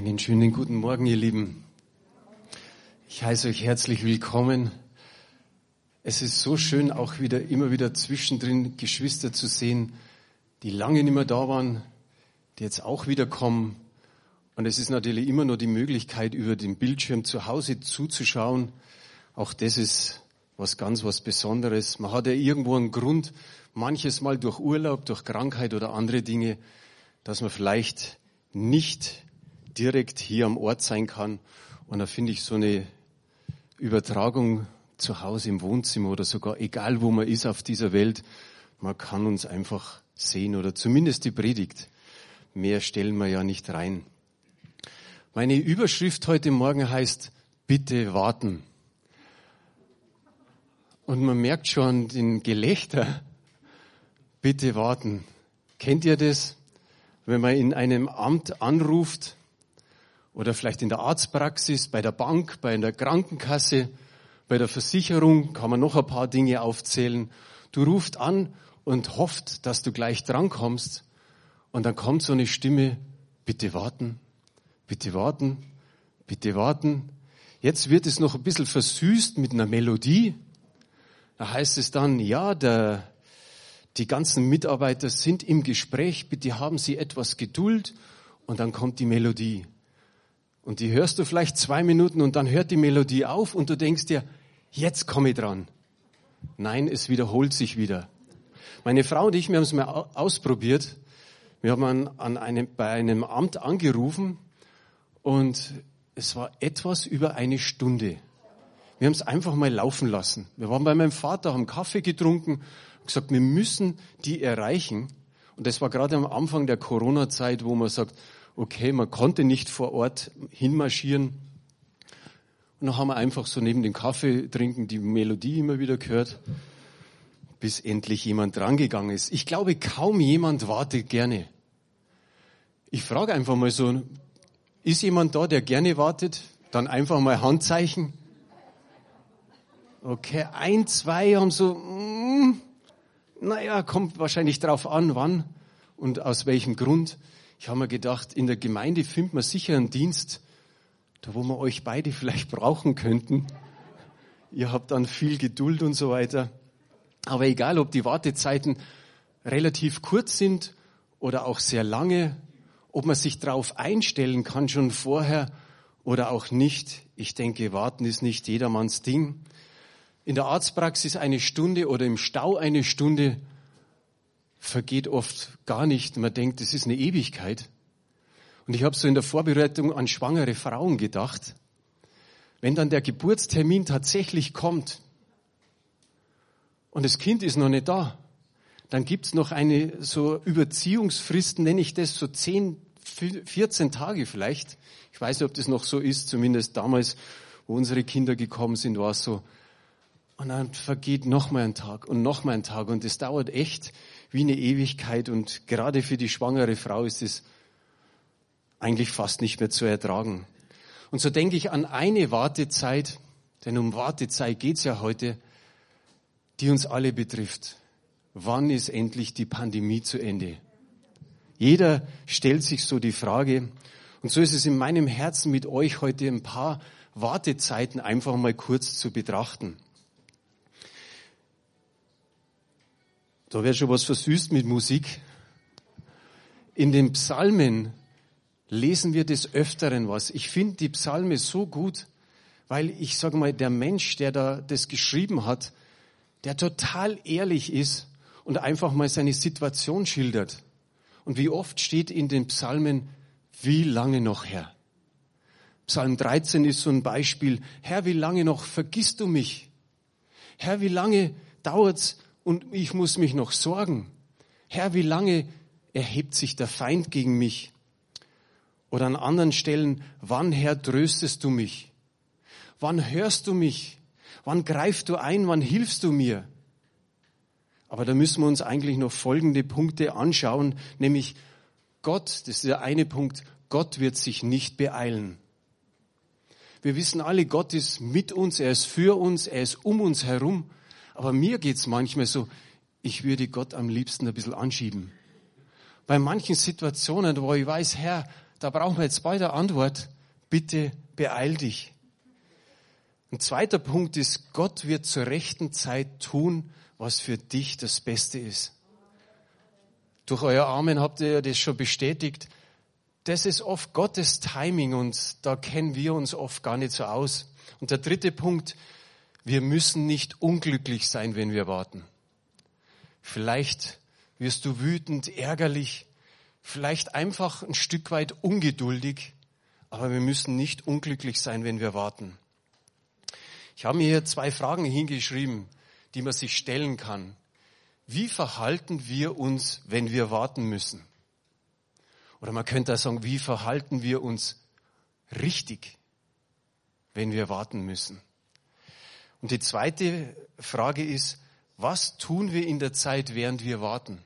Einen schönen guten Morgen, ihr Lieben. Ich heiße euch herzlich willkommen. Es ist so schön, auch immer wieder zwischendrin Geschwister zu sehen, die lange nicht mehr da waren, die jetzt auch wieder kommen. Und es ist natürlich immer noch die Möglichkeit, über den Bildschirm zu Hause zuzuschauen. Auch das ist was Besonderes. Man hat ja irgendwo einen Grund, manches Mal durch Urlaub, durch Krankheit oder andere Dinge, dass man vielleicht nicht direkt hier am Ort sein kann. Und da finde ich so eine Übertragung zu Hause im Wohnzimmer oder sogar egal wo man ist auf dieser Welt, man kann uns einfach sehen oder zumindest die Predigt. Mehr stellen wir ja nicht rein. Meine Überschrift heute Morgen heißt, bitte warten. Und man merkt schon den Gelächter, bitte warten. Kennt ihr das? Wenn man in einem Amt anruft, oder vielleicht in der Arztpraxis, bei der Bank, bei der Krankenkasse, bei der Versicherung, kann man noch ein paar Dinge aufzählen. Du rufst an und hofft, dass du gleich drankommst. Und dann kommt so eine Stimme, bitte warten, bitte warten, bitte warten. Jetzt wird es noch ein bisschen versüßt mit einer Melodie. Da heißt es dann, ja, die ganzen Mitarbeiter sind im Gespräch, bitte haben Sie etwas Geduld. Und dann kommt die Melodie. Und die hörst du vielleicht 2 Minuten und dann hört die Melodie auf und du denkst dir, jetzt komme ich dran. Nein, es wiederholt sich wieder. Meine Frau und ich, wir haben es mal ausprobiert. Wir haben bei einem Amt angerufen und es war etwas über 1 Stunde. Wir haben es einfach mal laufen lassen. Wir waren bei meinem Vater, haben Kaffee getrunken und gesagt, wir müssen die erreichen. Und das war gerade am Anfang der Corona-Zeit, wo man sagt, okay, man konnte nicht vor Ort hinmarschieren. Und dann haben wir einfach so neben dem Kaffee trinken die Melodie immer wieder gehört, bis endlich jemand drangegangen ist. Ich glaube, kaum jemand wartet gerne. Ich frage einfach mal so, ist jemand da, der gerne wartet? Dann einfach mal Handzeichen. Okay, 1, 2 haben so, kommt wahrscheinlich drauf an, wann und aus welchem Grund. Ich habe mir gedacht, in der Gemeinde findet man sicher einen Dienst, da wo wir euch beide vielleicht brauchen könnten. Ihr habt dann viel Geduld und so weiter. Aber egal, ob die Wartezeiten relativ kurz sind oder auch sehr lange, ob man sich darauf einstellen kann schon vorher oder auch nicht. Ich denke, warten ist nicht jedermanns Ding. In der Arztpraxis 1 Stunde oder im Stau 1 Stunde vergeht oft gar nicht. Man denkt, es ist eine Ewigkeit. Und ich habe so in der Vorbereitung an schwangere Frauen gedacht. Wenn dann der Geburtstermin tatsächlich kommt und das Kind ist noch nicht da, dann gibt's noch eine so Überziehungsfristen, nenne ich das, so 10, 14 Tage vielleicht. Ich weiß nicht, ob das noch so ist, zumindest damals, wo unsere Kinder gekommen sind, war es so. Und dann vergeht noch mal ein Tag und noch mal ein Tag und es dauert echt wie eine Ewigkeit und gerade für die schwangere Frau ist es eigentlich fast nicht mehr zu ertragen. Und so denke ich an eine Wartezeit, denn um Wartezeit geht's ja heute, die uns alle betrifft. Wann ist endlich die Pandemie zu Ende? Jeder stellt sich so die Frage und so ist es in meinem Herzen mit euch heute ein paar Wartezeiten einfach mal kurz zu betrachten. Da wird schon was versüßt mit Musik. In den Psalmen lesen wir des Öfteren was. Ich finde die Psalme so gut, weil ich sage mal, der Mensch, der da das geschrieben hat, der total ehrlich ist und einfach mal seine Situation schildert. Und wie oft steht in den Psalmen, wie lange noch, Herr? Psalm 13 ist so ein Beispiel. Herr, wie lange noch vergisst du mich? Herr, wie lange dauert's? Und ich muss mich noch sorgen. Herr, wie lange erhebt sich der Feind gegen mich? Oder an anderen Stellen, wann, Herr, tröstest du mich? Wann hörst du mich? Wann greifst du ein? Wann hilfst du mir? Aber da müssen wir uns eigentlich noch folgende Punkte anschauen, nämlich Gott, das ist der eine Punkt, Gott wird sich nicht beeilen. Wir wissen alle, Gott ist mit uns, er ist für uns, er ist um uns herum. Aber mir geht's manchmal so, ich würde Gott am liebsten ein bisschen anschieben. Bei manchen Situationen, wo ich weiß, Herr, da brauchen wir jetzt bald eine Antwort. Bitte beeil dich. Ein zweiter Punkt ist, Gott wird zur rechten Zeit tun, was für dich das Beste ist. Durch euer Amen habt ihr ja das schon bestätigt. Das ist oft Gottes Timing und da kennen wir uns oft gar nicht so aus. Und der dritte Punkt, wir müssen nicht unglücklich sein, wenn wir warten. Vielleicht wirst du wütend, ärgerlich, vielleicht einfach ein Stück weit ungeduldig, aber wir müssen nicht unglücklich sein, wenn wir warten. Ich habe mir hier 2 Fragen hingeschrieben, die man sich stellen kann. Wie verhalten wir uns, wenn wir warten müssen? Oder man könnte auch sagen, wie verhalten wir uns richtig, wenn wir warten müssen? Und die zweite Frage ist, was tun wir in der Zeit, während wir warten?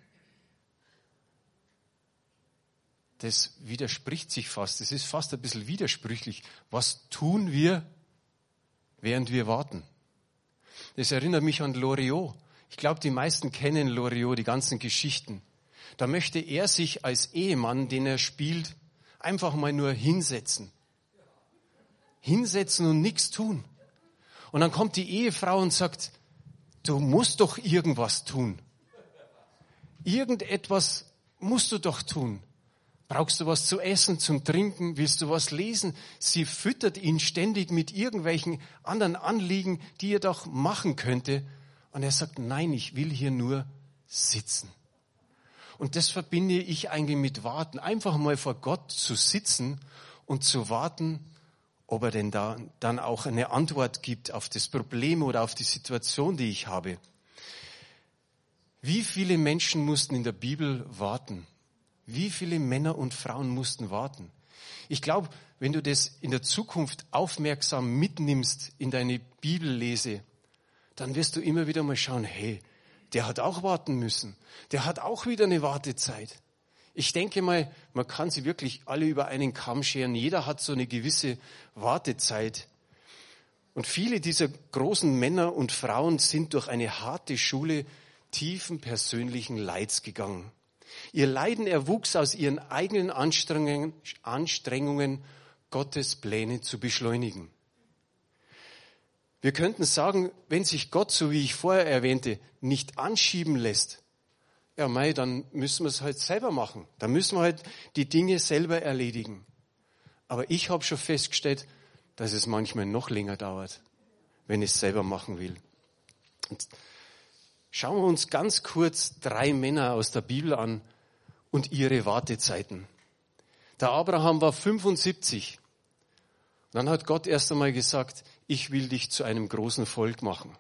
Das widerspricht sich fast, das ist fast ein bisschen widersprüchlich. Was tun wir, während wir warten? Das erinnert mich an Loriot. Ich glaube, die meisten kennen Loriot, die ganzen Geschichten. Da möchte er sich als Ehemann, den er spielt, einfach mal nur hinsetzen. Hinsetzen und nichts tun. Und dann kommt die Ehefrau und sagt, du musst doch irgendwas tun. Irgendetwas musst du doch tun. Brauchst du was zu essen, zum Trinken? Willst du was lesen? Sie füttert ihn ständig mit irgendwelchen anderen Anliegen, die er doch machen könnte. Und er sagt, nein, ich will hier nur sitzen. Und das verbinde ich eigentlich mit Warten. Einfach mal vor Gott zu sitzen und zu warten, ob er denn da dann auch eine Antwort gibt auf das Problem oder auf die Situation, die ich habe. Wie viele Menschen mussten in der Bibel warten? Wie viele Männer und Frauen mussten warten? Ich glaube, wenn du das in der Zukunft aufmerksam mitnimmst in deine Bibellese, dann wirst du immer wieder mal schauen, hey, der hat auch warten müssen. Der hat auch wieder eine Wartezeit. Ich denke mal, man kann sie wirklich alle über einen Kamm scheren. Jeder hat so eine gewisse Wartezeit. Und viele dieser großen Männer und Frauen sind durch eine harte Schule tiefen persönlichen Leids gegangen. Ihr Leiden erwuchs aus ihren eigenen Anstrengungen, Gottes Pläne zu beschleunigen. Wir könnten sagen, wenn sich Gott, so wie ich vorher erwähnte, nicht anschieben lässt, ja mei, dann müssen wir es halt selber machen. Dann müssen wir halt die Dinge selber erledigen. Aber ich habe schon festgestellt, dass es manchmal noch länger dauert, wenn ich es selber machen will. Und schauen wir uns ganz kurz 3 Männer aus der Bibel an und ihre Wartezeiten. Der Abraham war 75. Dann hat Gott erst einmal gesagt, ich will dich zu einem großen Volk machen.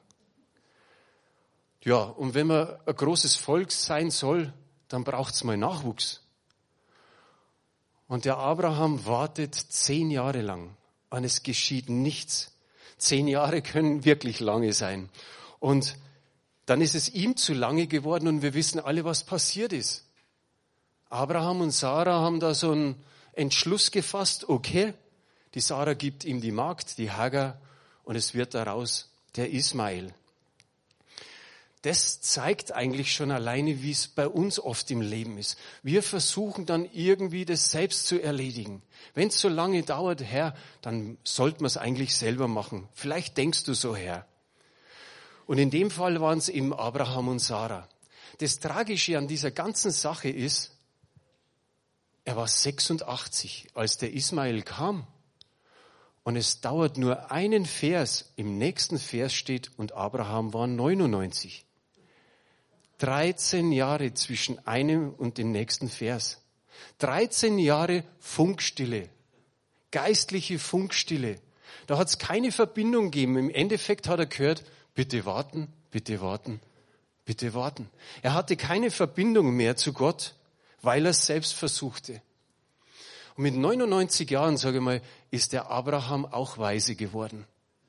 Ja, und wenn man ein großes Volk sein soll, dann braucht es mal Nachwuchs. Und der Abraham wartet 10 Jahre lang und es geschieht nichts. 10 Jahre können wirklich lange sein. Und dann ist es ihm zu lange geworden und wir wissen alle, was passiert ist. Abraham und Sarah haben da so einen Entschluss gefasst, okay, die Sarah gibt ihm die Magd, die Hagar, und es wird daraus der Ismael. Das zeigt eigentlich schon alleine, wie es bei uns oft im Leben ist. Wir versuchen dann irgendwie das selbst zu erledigen. Wenn es so lange dauert, Herr, dann sollte man es eigentlich selber machen. Vielleicht denkst du so, Herr. Und in dem Fall waren es eben Abraham und Sarah. Das Tragische an dieser ganzen Sache ist, er war 86, als der Ismael kam. Und es dauert nur einen Vers. Im nächsten Vers steht, und Abraham war 99. 13 Jahre zwischen einem und dem nächsten Vers. 13 Jahre Funkstille. Geistliche Funkstille. Da hat es keine Verbindung gegeben. Im Endeffekt hat er gehört, bitte warten, bitte warten, bitte warten. Er hatte keine Verbindung mehr zu Gott, weil er es selbst versuchte. Und mit 99 Jahren, sage ich mal, ist der Abraham auch weise geworden.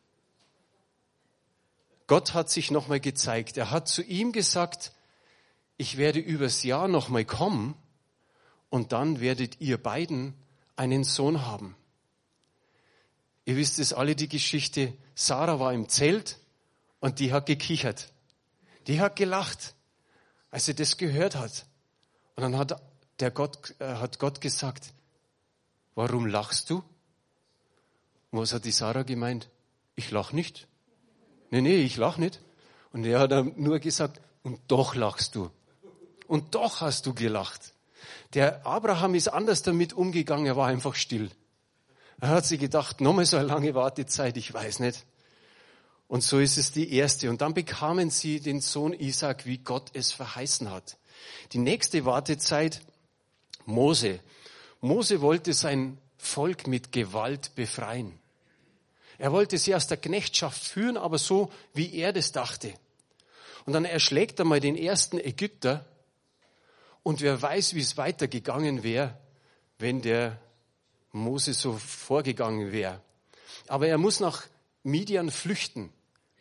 Gott hat sich nochmal gezeigt. Er hat zu ihm gesagt, ich werde übers Jahr nochmal kommen und dann werdet ihr beiden einen Sohn haben. Ihr wisst es alle, die Geschichte. Sarah war im Zelt und die hat gekichert. Die hat gelacht, als sie das gehört hat. Und dann hat Gott gesagt, warum lachst du? Und was hat die Sarah gemeint? Ich lach nicht. Nee, ich lach nicht. Und er hat dann nur gesagt, und doch lachst du. Und doch hast du gelacht. Der Abraham ist anders damit umgegangen, er war einfach still. Er hat sich gedacht, nochmal so eine lange Wartezeit, ich weiß nicht. Und so ist es die erste. Und dann bekamen sie den Sohn Isaak, wie Gott es verheißen hat. Die nächste Wartezeit, Mose. Mose wollte sein Volk mit Gewalt befreien. Er wollte sie aus der Knechtschaft führen, aber so, wie er das dachte. Und dann erschlägt er mal den ersten Ägypter. Und wer weiß, wie es weitergegangen wäre, wenn der Mose so vorgegangen wäre. Aber er muss nach Midian flüchten.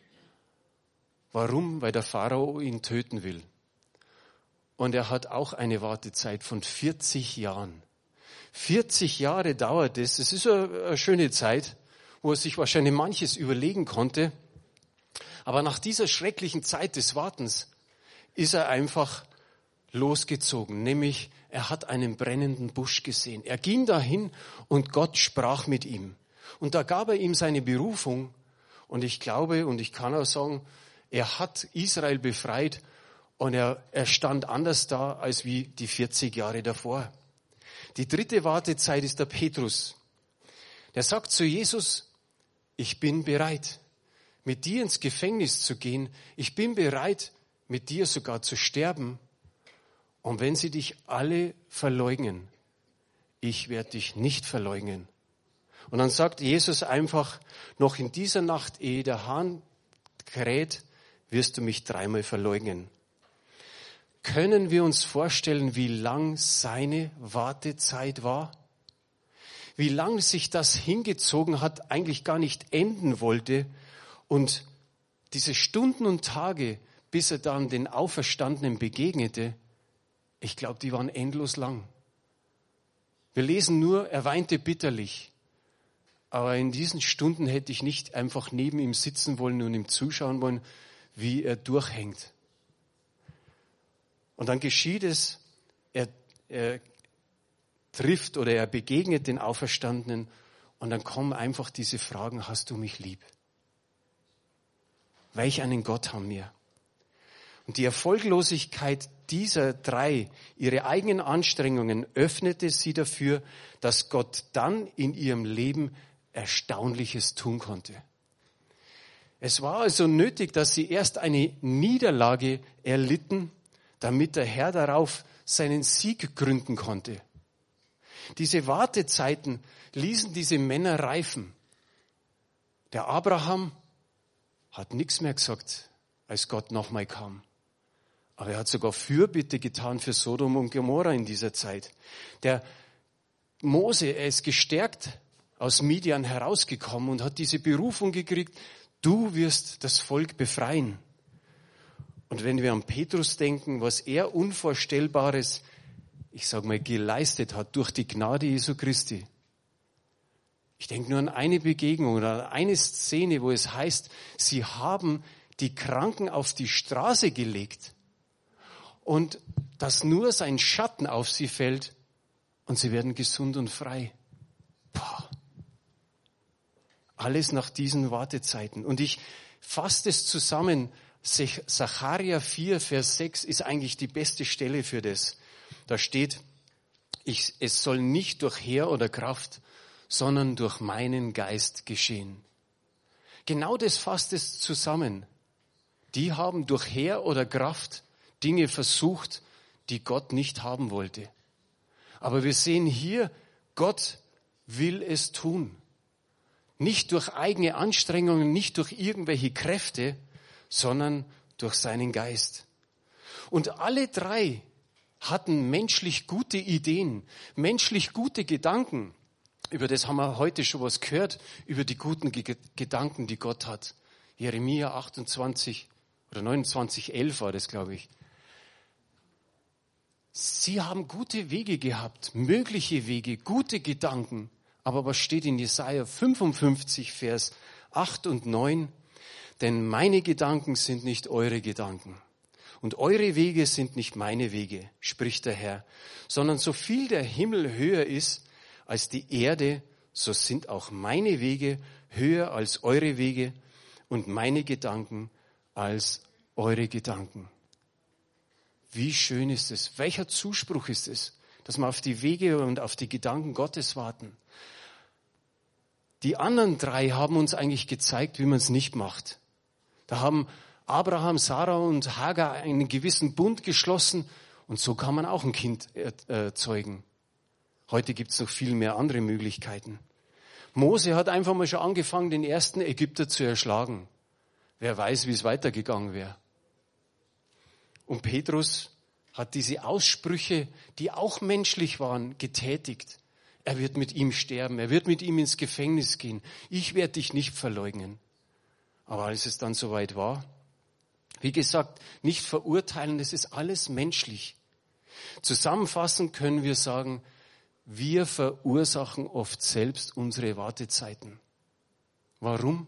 Warum? Weil der Pharao ihn töten will. Und er hat auch eine Wartezeit von 40 Jahren. 40 Jahre dauert es. Es ist eine schöne Zeit, wo er sich wahrscheinlich manches überlegen konnte. Aber nach dieser schrecklichen Zeit des Wartens ist er einfach losgezogen. Nämlich, er hat einen brennenden Busch gesehen. Er ging dahin und Gott sprach mit ihm. Und da gab er ihm seine Berufung. Und ich glaube und ich kann auch sagen, er hat Israel befreit und er stand anders da als wie die 40 Jahre davor. Die dritte Wartezeit ist der Petrus. Der sagt zu Jesus, ich bin bereit, mit dir ins Gefängnis zu gehen. Ich bin bereit, mit dir sogar zu sterben. Und wenn sie dich alle verleugnen, ich werde dich nicht verleugnen. Und dann sagt Jesus einfach, noch in dieser Nacht, ehe der Hahn kräht, wirst du mich 3-mal verleugnen. Können wir uns vorstellen, wie lang seine Wartezeit war? Wie lang sich das hingezogen hat, eigentlich gar nicht enden wollte. Und diese Stunden und Tage, bis er dann den Auferstandenen begegnete, ich glaube, die waren endlos lang. Wir lesen nur, er weinte bitterlich. Aber in diesen Stunden hätte ich nicht einfach neben ihm sitzen wollen und ihm zuschauen wollen, wie er durchhängt. Und dann geschieht es, er trifft oder er begegnet den Auferstandenen und dann kommen einfach diese Fragen, hast du mich lieb? Welch einen Gott haben wir? Und die Erfolglosigkeit dieser 3, ihre eigenen Anstrengungen, öffnete sie dafür, dass Gott dann in ihrem Leben Erstaunliches tun konnte. Es war also nötig, dass sie erst eine Niederlage erlitten, damit der Herr darauf seinen Sieg gründen konnte. Diese Wartezeiten ließen diese Männer reifen. Der Abraham hat nichts mehr gesagt, als Gott nochmal kam. Aber er hat sogar Fürbitte getan für Sodom und Gomorra in dieser Zeit. Der Mose, er ist gestärkt aus Midian herausgekommen und hat diese Berufung gekriegt, du wirst das Volk befreien. Und wenn wir an Petrus denken, was er Unvorstellbares, ich sage mal, geleistet hat durch die Gnade Jesu Christi. Ich denke nur an eine Begegnung oder an eine Szene, wo es heißt, sie haben die Kranken auf die Straße gelegt und dass nur sein Schatten auf sie fällt und sie werden gesund und frei. Boah. Alles nach diesen Wartezeiten. Und ich fasse es zusammen. Sacharja 4, Vers 6 ist eigentlich die beste Stelle für das. Da steht, es soll nicht durch Heer oder Kraft, sondern durch meinen Geist geschehen. Genau das fasst es zusammen. Die haben durch Heer oder Kraft Dinge versucht, die Gott nicht haben wollte. Aber wir sehen hier, Gott will es tun. Nicht durch eigene Anstrengungen, nicht durch irgendwelche Kräfte, sondern durch seinen Geist. Und alle 3 hatten menschlich gute Ideen, menschlich gute Gedanken. Über das haben wir heute schon was gehört, über die guten Gedanken, die Gott hat. Jeremia 28 oder 29, 11 war das, glaube ich. Sie haben gute Wege gehabt, mögliche Wege, gute Gedanken. Aber was steht in Jesaja 55, Vers 8 und 9? Denn meine Gedanken sind nicht eure Gedanken. Und eure Wege sind nicht meine Wege, spricht der Herr. Sondern so viel der Himmel höher ist als die Erde, so sind auch meine Wege höher als eure Wege und meine Gedanken als eure Gedanken. Wie schön ist es? Welcher Zuspruch ist es, dass wir auf die Wege und auf die Gedanken Gottes warten? Die anderen drei haben uns eigentlich gezeigt, wie man es nicht macht. Da haben Abraham, Sarah und Hagar einen gewissen Bund geschlossen und so kann man auch ein Kind zeugen. Heute gibt es noch viel mehr andere Möglichkeiten. Mose hat einfach mal schon angefangen, den ersten Ägypter zu erschlagen. Wer weiß, wie es weitergegangen wäre. Und Petrus hat diese Aussprüche, die auch menschlich waren, getätigt. Er wird mit ihm sterben, er wird mit ihm ins Gefängnis gehen. Ich werde dich nicht verleugnen. Aber als es dann soweit war, wie gesagt, nicht verurteilen, das ist alles menschlich. Zusammenfassend können wir sagen, wir verursachen oft selbst unsere Wartezeiten. Warum?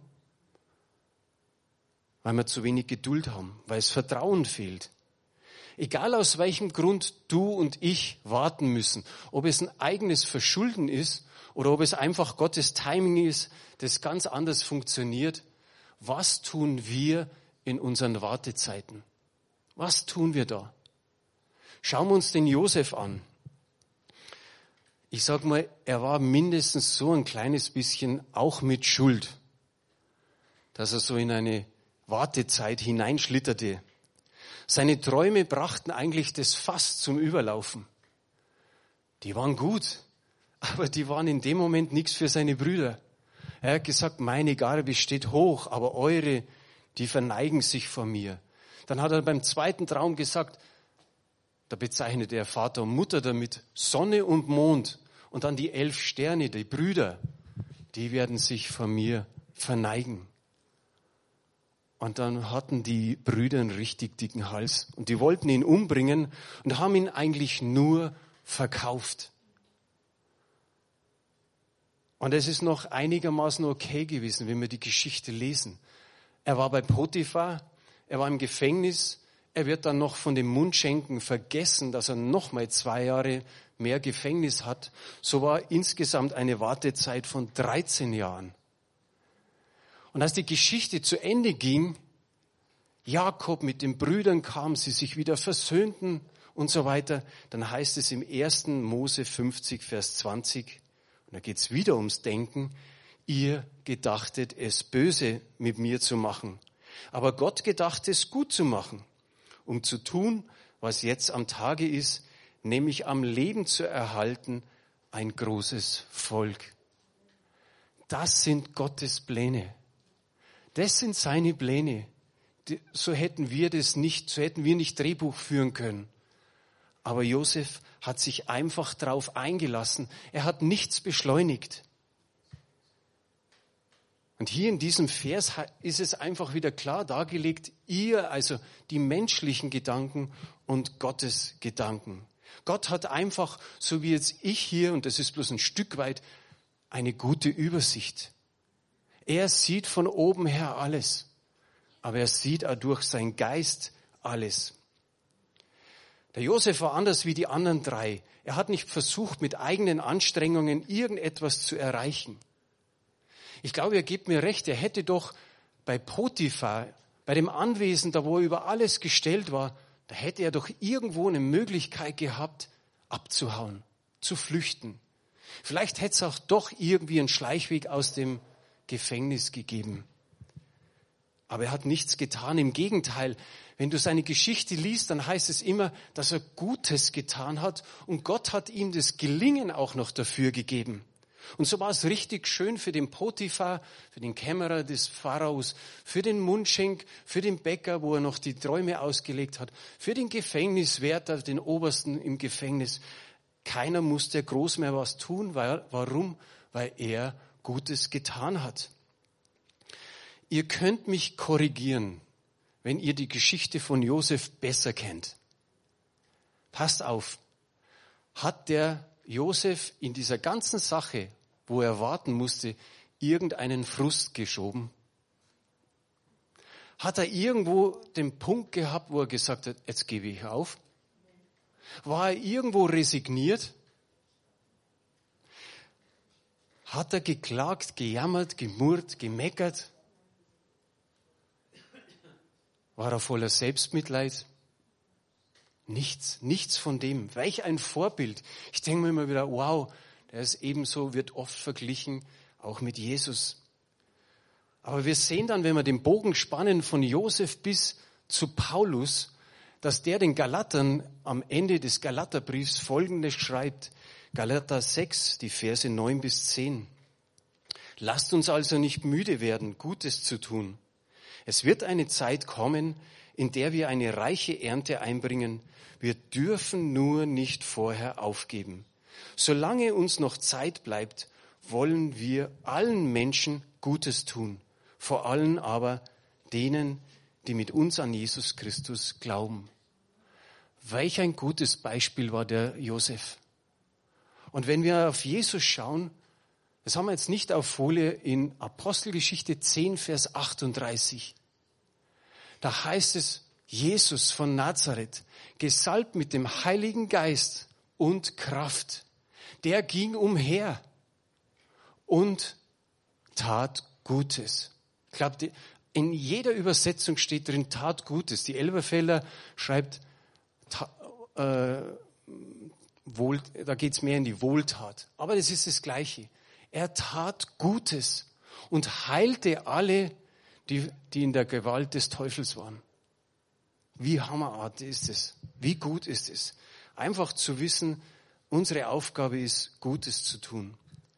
Weil wir zu wenig Geduld haben, weil es Vertrauen fehlt. Egal aus welchem Grund du und ich warten müssen, ob es ein eigenes Verschulden ist oder ob es einfach Gottes Timing ist, das ganz anders funktioniert, was tun wir in unseren Wartezeiten? Was tun wir da? Schauen wir uns den Josef an. Ich sag mal, er war mindestens so ein kleines bisschen auch mit Schuld, dass er so in eine Wartezeit hineinschlitterte. Seine Träume brachten eigentlich das Fass zum Überlaufen. Die waren gut, aber die waren in dem Moment nichts für seine Brüder. Er hat gesagt, meine Garbe steht hoch, aber eure, die verneigen sich vor mir. Dann hat er beim zweiten Traum gesagt, da bezeichnet er Vater und Mutter damit, Sonne und Mond und dann die 11 Sterne, die Brüder, die werden sich vor mir verneigen. Und dann hatten die Brüder einen richtig dicken Hals und die wollten ihn umbringen und haben ihn eigentlich nur verkauft. Und es ist noch einigermaßen okay gewesen, wenn wir die Geschichte lesen. Er war bei Potiphar, er war im Gefängnis, er wird dann noch von dem Mundschenken vergessen, dass er nochmal 2 Jahre mehr Gefängnis hat. So war insgesamt eine Wartezeit von 13 Jahren. Und als die Geschichte zu Ende ging, Jakob mit den Brüdern kam, sie sich wieder versöhnten und so weiter, dann heißt es im 1. Mose 50, Vers 20, und da geht es wieder ums Denken, ihr gedachtet es böse mit mir zu machen, aber Gott gedachte es gut zu machen, um zu tun, was jetzt am Tage ist, nämlich am Leben zu erhalten, ein großes Volk. Das sind Gottes Pläne. Das sind seine Pläne. So hätten wir nicht Drehbuch führen können. Aber Josef hat sich einfach darauf eingelassen. Er hat nichts beschleunigt. Und hier in diesem Vers ist es einfach wieder klar dargelegt, also die menschlichen Gedanken und Gottes Gedanken. Gott hat einfach, so wie jetzt ich hier, und das ist bloß ein Stück weit, eine gute Übersicht. Er sieht von oben her alles, aber er sieht auch durch seinen Geist alles. Der Josef war anders wie die anderen 3. Er hat nicht versucht, mit eigenen Anstrengungen irgendetwas zu erreichen. Ich glaube, er gibt mir recht, er hätte doch bei Potiphar, bei dem Anwesen, da wo er über alles gestellt war, da hätte er doch irgendwo eine Möglichkeit gehabt, abzuhauen, zu flüchten. Vielleicht hätte es auch doch irgendwie einen Schleichweg aus dem Gefängnis gegeben. Aber er hat nichts getan. Im Gegenteil, wenn du seine Geschichte liest, dann heißt es immer, dass er Gutes getan hat und Gott hat ihm das Gelingen auch noch dafür gegeben. Und so war es richtig schön für den Potiphar, für den Kämmerer des Pharaos, für den Mundschenk, für den Bäcker, wo er noch die Träume ausgelegt hat, für den Gefängniswärter, den Obersten im Gefängnis. Keiner musste groß mehr was tun. Warum? Weil er Gutes getan hat. Ihr könnt mich korrigieren, wenn ihr die Geschichte von Josef besser kennt. Passt auf. Hat der Josef in dieser ganzen Sache, wo er warten musste, irgendeinen Frust geschoben? Hat er irgendwo den Punkt gehabt, wo er gesagt hat, jetzt gebe ich auf? War er irgendwo resigniert? Hat er geklagt, gejammert, gemurrt, gemeckert? War er voller Selbstmitleid? Nichts von dem. Welch ein Vorbild. Ich denke mir immer wieder, wow, der ist ebenso, wird oft verglichen, auch mit Jesus. Aber wir sehen dann, wenn wir den Bogen spannen von Josef bis zu Paulus, dass der den Galatern am Ende des Galaterbriefs Folgendes schreibt. Galater 6, die Verse 9 bis 10. Lasst uns also nicht müde werden, Gutes zu tun. Es wird eine Zeit kommen, in der wir eine reiche Ernte einbringen. Wir dürfen nur nicht vorher aufgeben. Solange uns noch Zeit bleibt, wollen wir allen Menschen Gutes tun. Vor allem aber denen, die mit uns an Jesus Christus glauben. Welch ein gutes Beispiel war der Josef. Und wenn wir auf Jesus schauen, das haben wir jetzt nicht auf Folie, in Apostelgeschichte 10, Vers 38. Da heißt es, Jesus von Nazareth, gesalbt mit dem Heiligen Geist und Kraft, der ging umher und tat Gutes. Ich glaube, in jeder Übersetzung steht drin, tat Gutes. Die Elberfelder schreibt, da geht es mehr in die Wohltat. Aber das ist das Gleiche. Er tat Gutes und heilte alle, die in der Gewalt des Teufels waren. Wie hammerart ist es? Wie gut ist es? Einfach zu wissen, unsere Aufgabe ist, Gutes zu tun.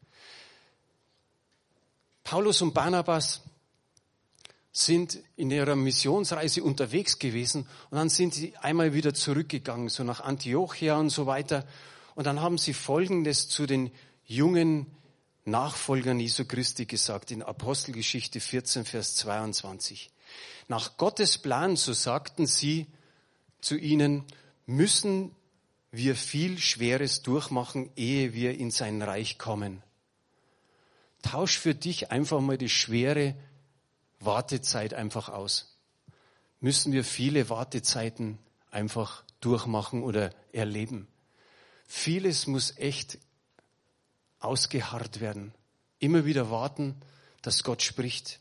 Paulus und Barnabas sind in ihrer Missionsreise unterwegs gewesen und dann sind sie einmal wieder zurückgegangen, so nach Antiochia und so weiter. Und dann haben sie Folgendes zu den jungen Nachfolgern Jesu Christi gesagt in Apostelgeschichte 14, Vers 22. Nach Gottes Plan, so sagten sie zu ihnen, müssen wir viel Schweres durchmachen, ehe wir in sein Reich kommen. Tausch für dich einfach mal die schwere Wartezeit einfach aus. Müssen wir viele Wartezeiten einfach durchmachen oder erleben. Vieles muss echt ausgeharrt werden. Immer wieder warten, dass Gott spricht.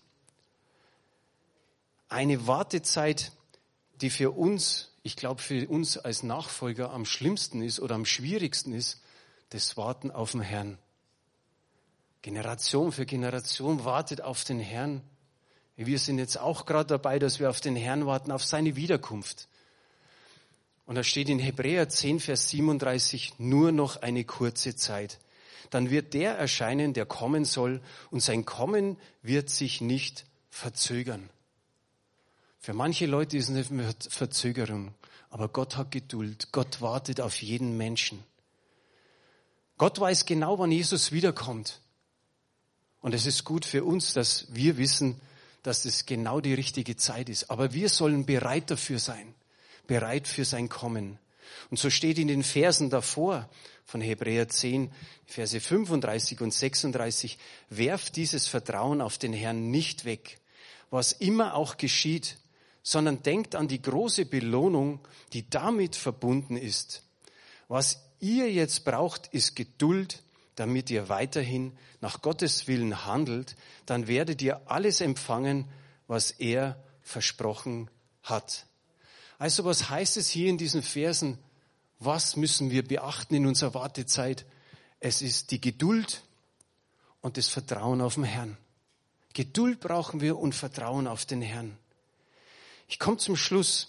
Eine Wartezeit, die für uns, ich glaube für uns als Nachfolger am schlimmsten ist oder am schwierigsten ist, das Warten auf den Herrn. Generation für Generation wartet auf den Herrn. Wir sind jetzt auch gerade dabei, dass wir auf den Herrn warten, auf seine Wiederkunft. Und da steht in Hebräer 10, Vers 37, nur noch eine kurze Zeit. Dann wird der erscheinen, der kommen soll, und sein Kommen wird sich nicht verzögern. Für manche Leute ist es eine Verzögerung, aber Gott hat Geduld. Gott wartet auf jeden Menschen. Gott weiß genau, wann Jesus wiederkommt. Und es ist gut für uns, dass wir wissen, dass es genau die richtige Zeit ist. Aber wir sollen bereit dafür sein, bereit für sein Kommen. Und so steht in den Versen davor von Hebräer 10, Verse 35 und 36, werft dieses Vertrauen auf den Herrn nicht weg, was immer auch geschieht, sondern denkt an die große Belohnung, die damit verbunden ist. Was ihr jetzt braucht, ist Geduld, damit ihr weiterhin nach Gottes Willen handelt, dann werdet ihr alles empfangen, was er versprochen hat. Also was heißt es hier in diesen Versen? Was müssen wir beachten in unserer Wartezeit? Es ist die Geduld und das Vertrauen auf den Herrn. Geduld brauchen wir und Vertrauen auf den Herrn. Ich komme zum Schluss.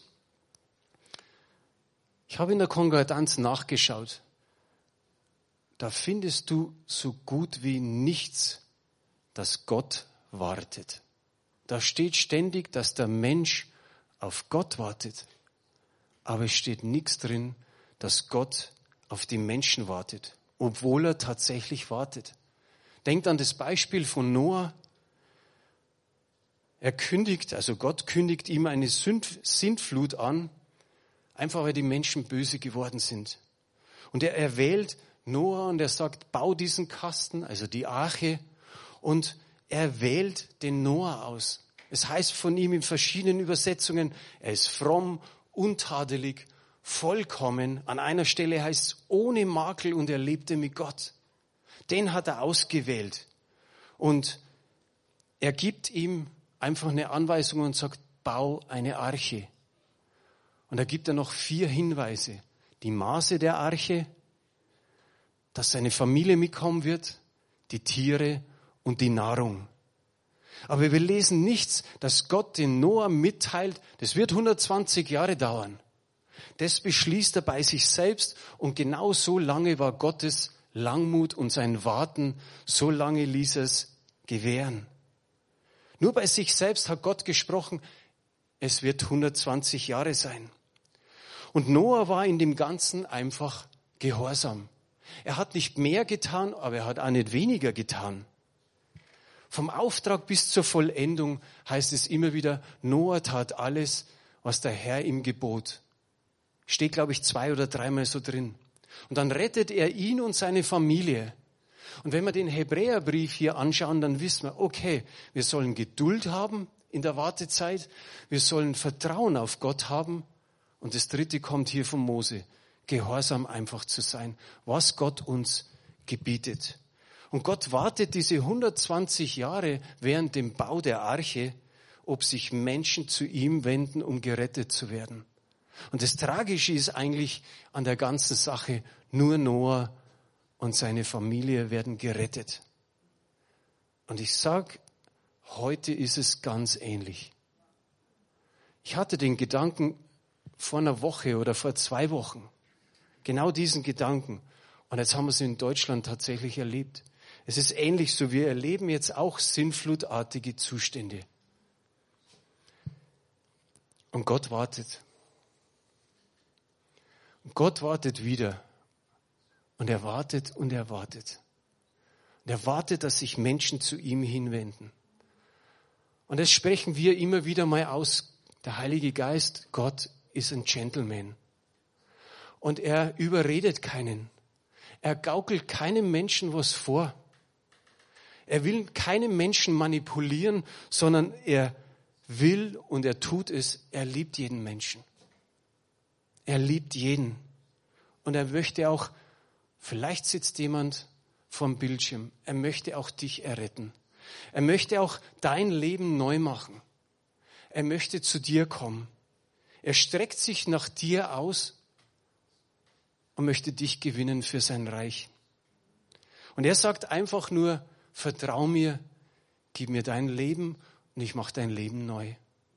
Ich habe in der Konkordanz nachgeschaut. Da findest du so gut wie nichts, dass Gott wartet. Da steht ständig, dass der Mensch auf Gott wartet. Aber es steht nichts drin, dass Gott auf die Menschen wartet, obwohl er tatsächlich wartet. Denkt an das Beispiel von Noah. Gott kündigt ihm eine Sintflut an, einfach weil die Menschen böse geworden sind. Und er erwählt Noah und er sagt, bau diesen Kasten, also die Arche, und er wählt den Noah aus. Es heißt von ihm in verschiedenen Übersetzungen, er ist fromm, untadelig, vollkommen. An einer Stelle heißt es ohne Makel und er lebte mit Gott. Den hat er ausgewählt. Und er gibt ihm einfach eine Anweisung und sagt, bau eine Arche. Und da gibt er noch 4 Hinweise. Die Maße der Arche, dass seine Familie mitkommen wird, die Tiere und die Nahrung. Aber wir lesen nichts, dass Gott den Noah mitteilt, das wird 120 Jahre dauern. Das beschließt er bei sich selbst und genau so lange war Gottes Langmut und sein Warten, so lange ließ er es gewähren. Nur bei sich selbst hat Gott gesprochen, es wird 120 Jahre sein. Und Noah war in dem Ganzen einfach gehorsam. Er hat nicht mehr getan, aber er hat auch nicht weniger getan. Vom Auftrag bis zur Vollendung heißt es immer wieder, Noah tat alles, was der Herr ihm gebot. Steht, glaube ich, 2 oder 3-mal so drin. Und dann rettet er ihn und seine Familie. Und wenn wir den Hebräerbrief hier anschauen, dann wissen wir, okay, wir sollen Geduld haben in der Wartezeit, wir sollen Vertrauen auf Gott haben. Und das 3. kommt hier von Mose, gehorsam einfach zu sein, was Gott uns gebietet. Und Gott wartet diese 120 Jahre während dem Bau der Arche, ob sich Menschen zu ihm wenden, um gerettet zu werden. Und das Tragische ist eigentlich an der ganzen Sache, nur Noah und seine Familie werden gerettet. Und ich sage, heute ist es ganz ähnlich. Ich hatte den Gedanken vor einer Woche oder vor 2 Wochen, genau diesen Gedanken. Und jetzt haben wir es in Deutschland tatsächlich erlebt. Es ist ähnlich so, wir erleben jetzt auch sinnflutartige Zustände. Und Gott wartet. Und Gott wartet wieder. Und er wartet und er wartet. Und er wartet, dass sich Menschen zu ihm hinwenden. Und das sprechen wir immer wieder mal aus. Der Heilige Geist, Gott ist ein Gentleman. Und er überredet keinen. Er gaukelt keinem Menschen was vor. Er will keinen Menschen manipulieren, sondern er will und er tut es. Er liebt jeden Menschen. Er liebt jeden. Und er möchte auch, vielleicht sitzt jemand vorm Bildschirm, er möchte auch dich erretten. Er möchte auch dein Leben neu machen. Er möchte zu dir kommen. Er streckt sich nach dir aus und möchte dich gewinnen für sein Reich. Und er sagt einfach nur, vertrau mir, gib mir dein Leben und ich mache dein Leben neu.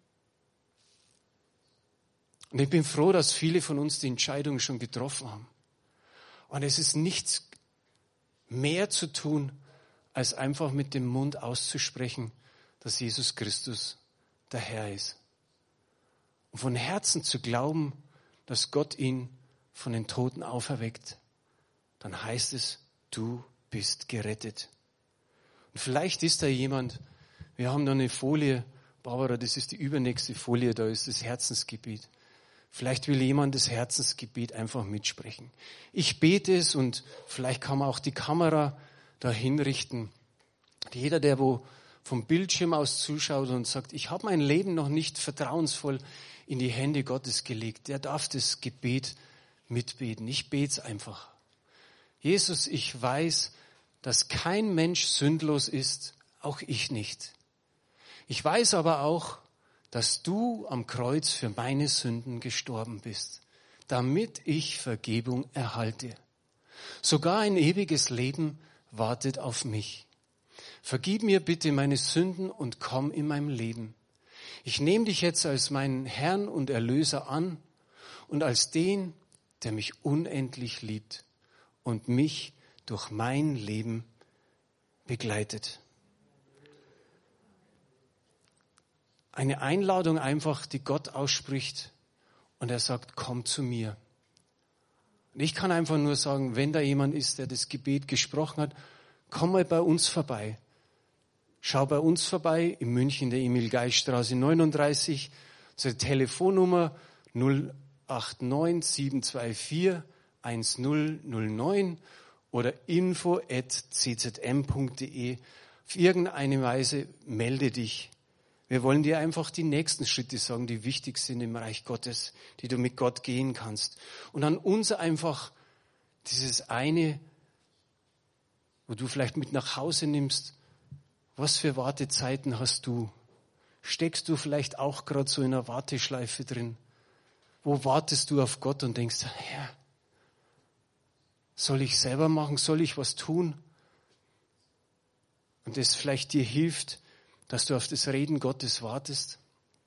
Und ich bin froh, dass viele von uns die Entscheidung schon getroffen haben. Und es ist nichts mehr zu tun, als einfach mit dem Mund auszusprechen, dass Jesus Christus der Herr ist. Und von Herzen zu glauben, dass Gott ihn von den Toten auferweckt, dann heißt es, du bist gerettet. Und vielleicht ist da jemand, wir haben da eine Folie, Barbara, das ist die übernächste Folie, da ist das Herzensgebet. Vielleicht will jemand das Herzensgebet einfach mitsprechen. Ich bete es und vielleicht kann man auch die Kamera dahin richten. Jeder, der wo vom Bildschirm aus zuschaut und sagt, ich habe mein Leben noch nicht vertrauensvoll in die Hände Gottes gelegt, der darf das Gebet mitbeten. Ich bete es einfach. Jesus, ich weiß, dass kein Mensch sündlos ist, auch ich nicht. Ich weiß aber auch, dass du am Kreuz für meine Sünden gestorben bist, damit ich Vergebung erhalte. Sogar ein ewiges Leben wartet auf mich. Vergib mir bitte meine Sünden und komm in mein Leben. Ich nehme dich jetzt als meinen Herrn und Erlöser an und als den, der mich unendlich liebt und mich durch mein Leben begleitet. Eine Einladung einfach, die Gott ausspricht und er sagt, komm zu mir. Und ich kann einfach nur sagen, wenn da jemand ist, der das Gebet gesprochen hat, komm mal bei uns vorbei. Schau bei uns vorbei, in München, der Emil-Geist-Straße 39, unsere Telefonnummer 089 724 1009 oder info@czm.de. Auf irgendeine Weise melde dich. Wir wollen dir einfach die nächsten Schritte sagen, die wichtig sind im Reich Gottes, die du mit Gott gehen kannst. Und an uns einfach dieses eine, wo du vielleicht mit nach Hause nimmst, Was für Wartezeiten hast du? Steckst du vielleicht auch gerade so in einer Warteschleife drin? Wo wartest du auf Gott und denkst, Herr, soll ich selber machen? Soll ich was tun? Und das vielleicht dir hilft, dass du auf das Reden Gottes wartest.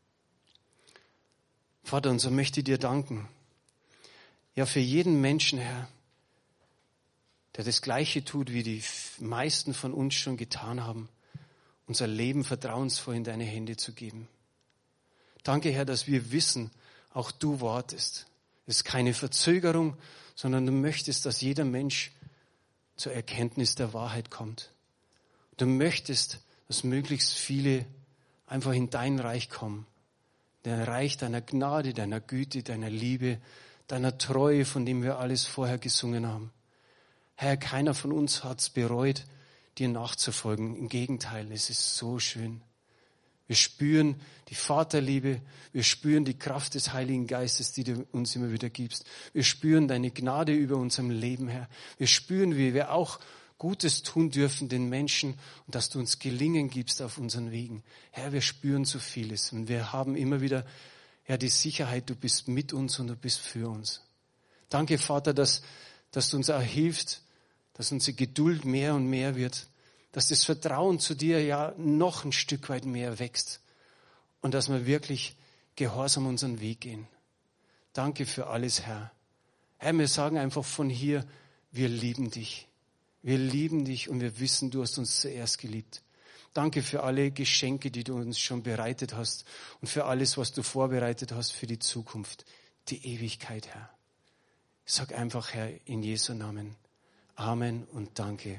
Vater, und so möchte ich dir danken. Ja, für jeden Menschen, Herr, der das Gleiche tut, wie die meisten von uns schon getan haben, unser Leben vertrauensvoll in deine Hände zu geben. Danke, Herr, dass wir wissen, auch du wartest. Es ist keine Verzögerung, sondern du möchtest, dass jeder Mensch zur Erkenntnis der Wahrheit kommt. Du möchtest, dass möglichst viele einfach in dein Reich kommen. Dein Reich deiner Gnade, deiner Güte, deiner Liebe, deiner Treue, von dem wir alles vorher gesungen haben. Herr, keiner von uns hat es bereut, dir nachzufolgen. Im Gegenteil, es ist so schön. Wir spüren die Vaterliebe, wir spüren die Kraft des Heiligen Geistes, die du uns immer wieder gibst. Wir spüren deine Gnade über unserem Leben, Herr. Wir spüren, wie wir auch Gutes tun dürfen den Menschen und dass du uns Gelingen gibst auf unseren Wegen. Herr, wir spüren so vieles und wir haben immer wieder die Sicherheit, du bist mit uns und du bist für uns. Danke, Vater, dass du uns auch hilfst, dass unsere Geduld mehr und mehr wird, dass das Vertrauen zu dir ja noch ein Stück weit mehr wächst und dass wir wirklich gehorsam unseren Weg gehen. Danke für alles, Herr. Herr, wir sagen einfach von hier, wir lieben dich. Wir lieben dich und wir wissen, du hast uns zuerst geliebt. Danke für alle Geschenke, die du uns schon bereitet hast und für alles, was du vorbereitet hast für die Zukunft, die Ewigkeit, Herr. Ich sag einfach, Herr, in Jesu Namen. Amen und danke.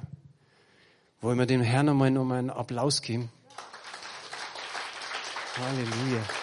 Wollen wir dem Herrn nochmal einen Applaus geben? Halleluja.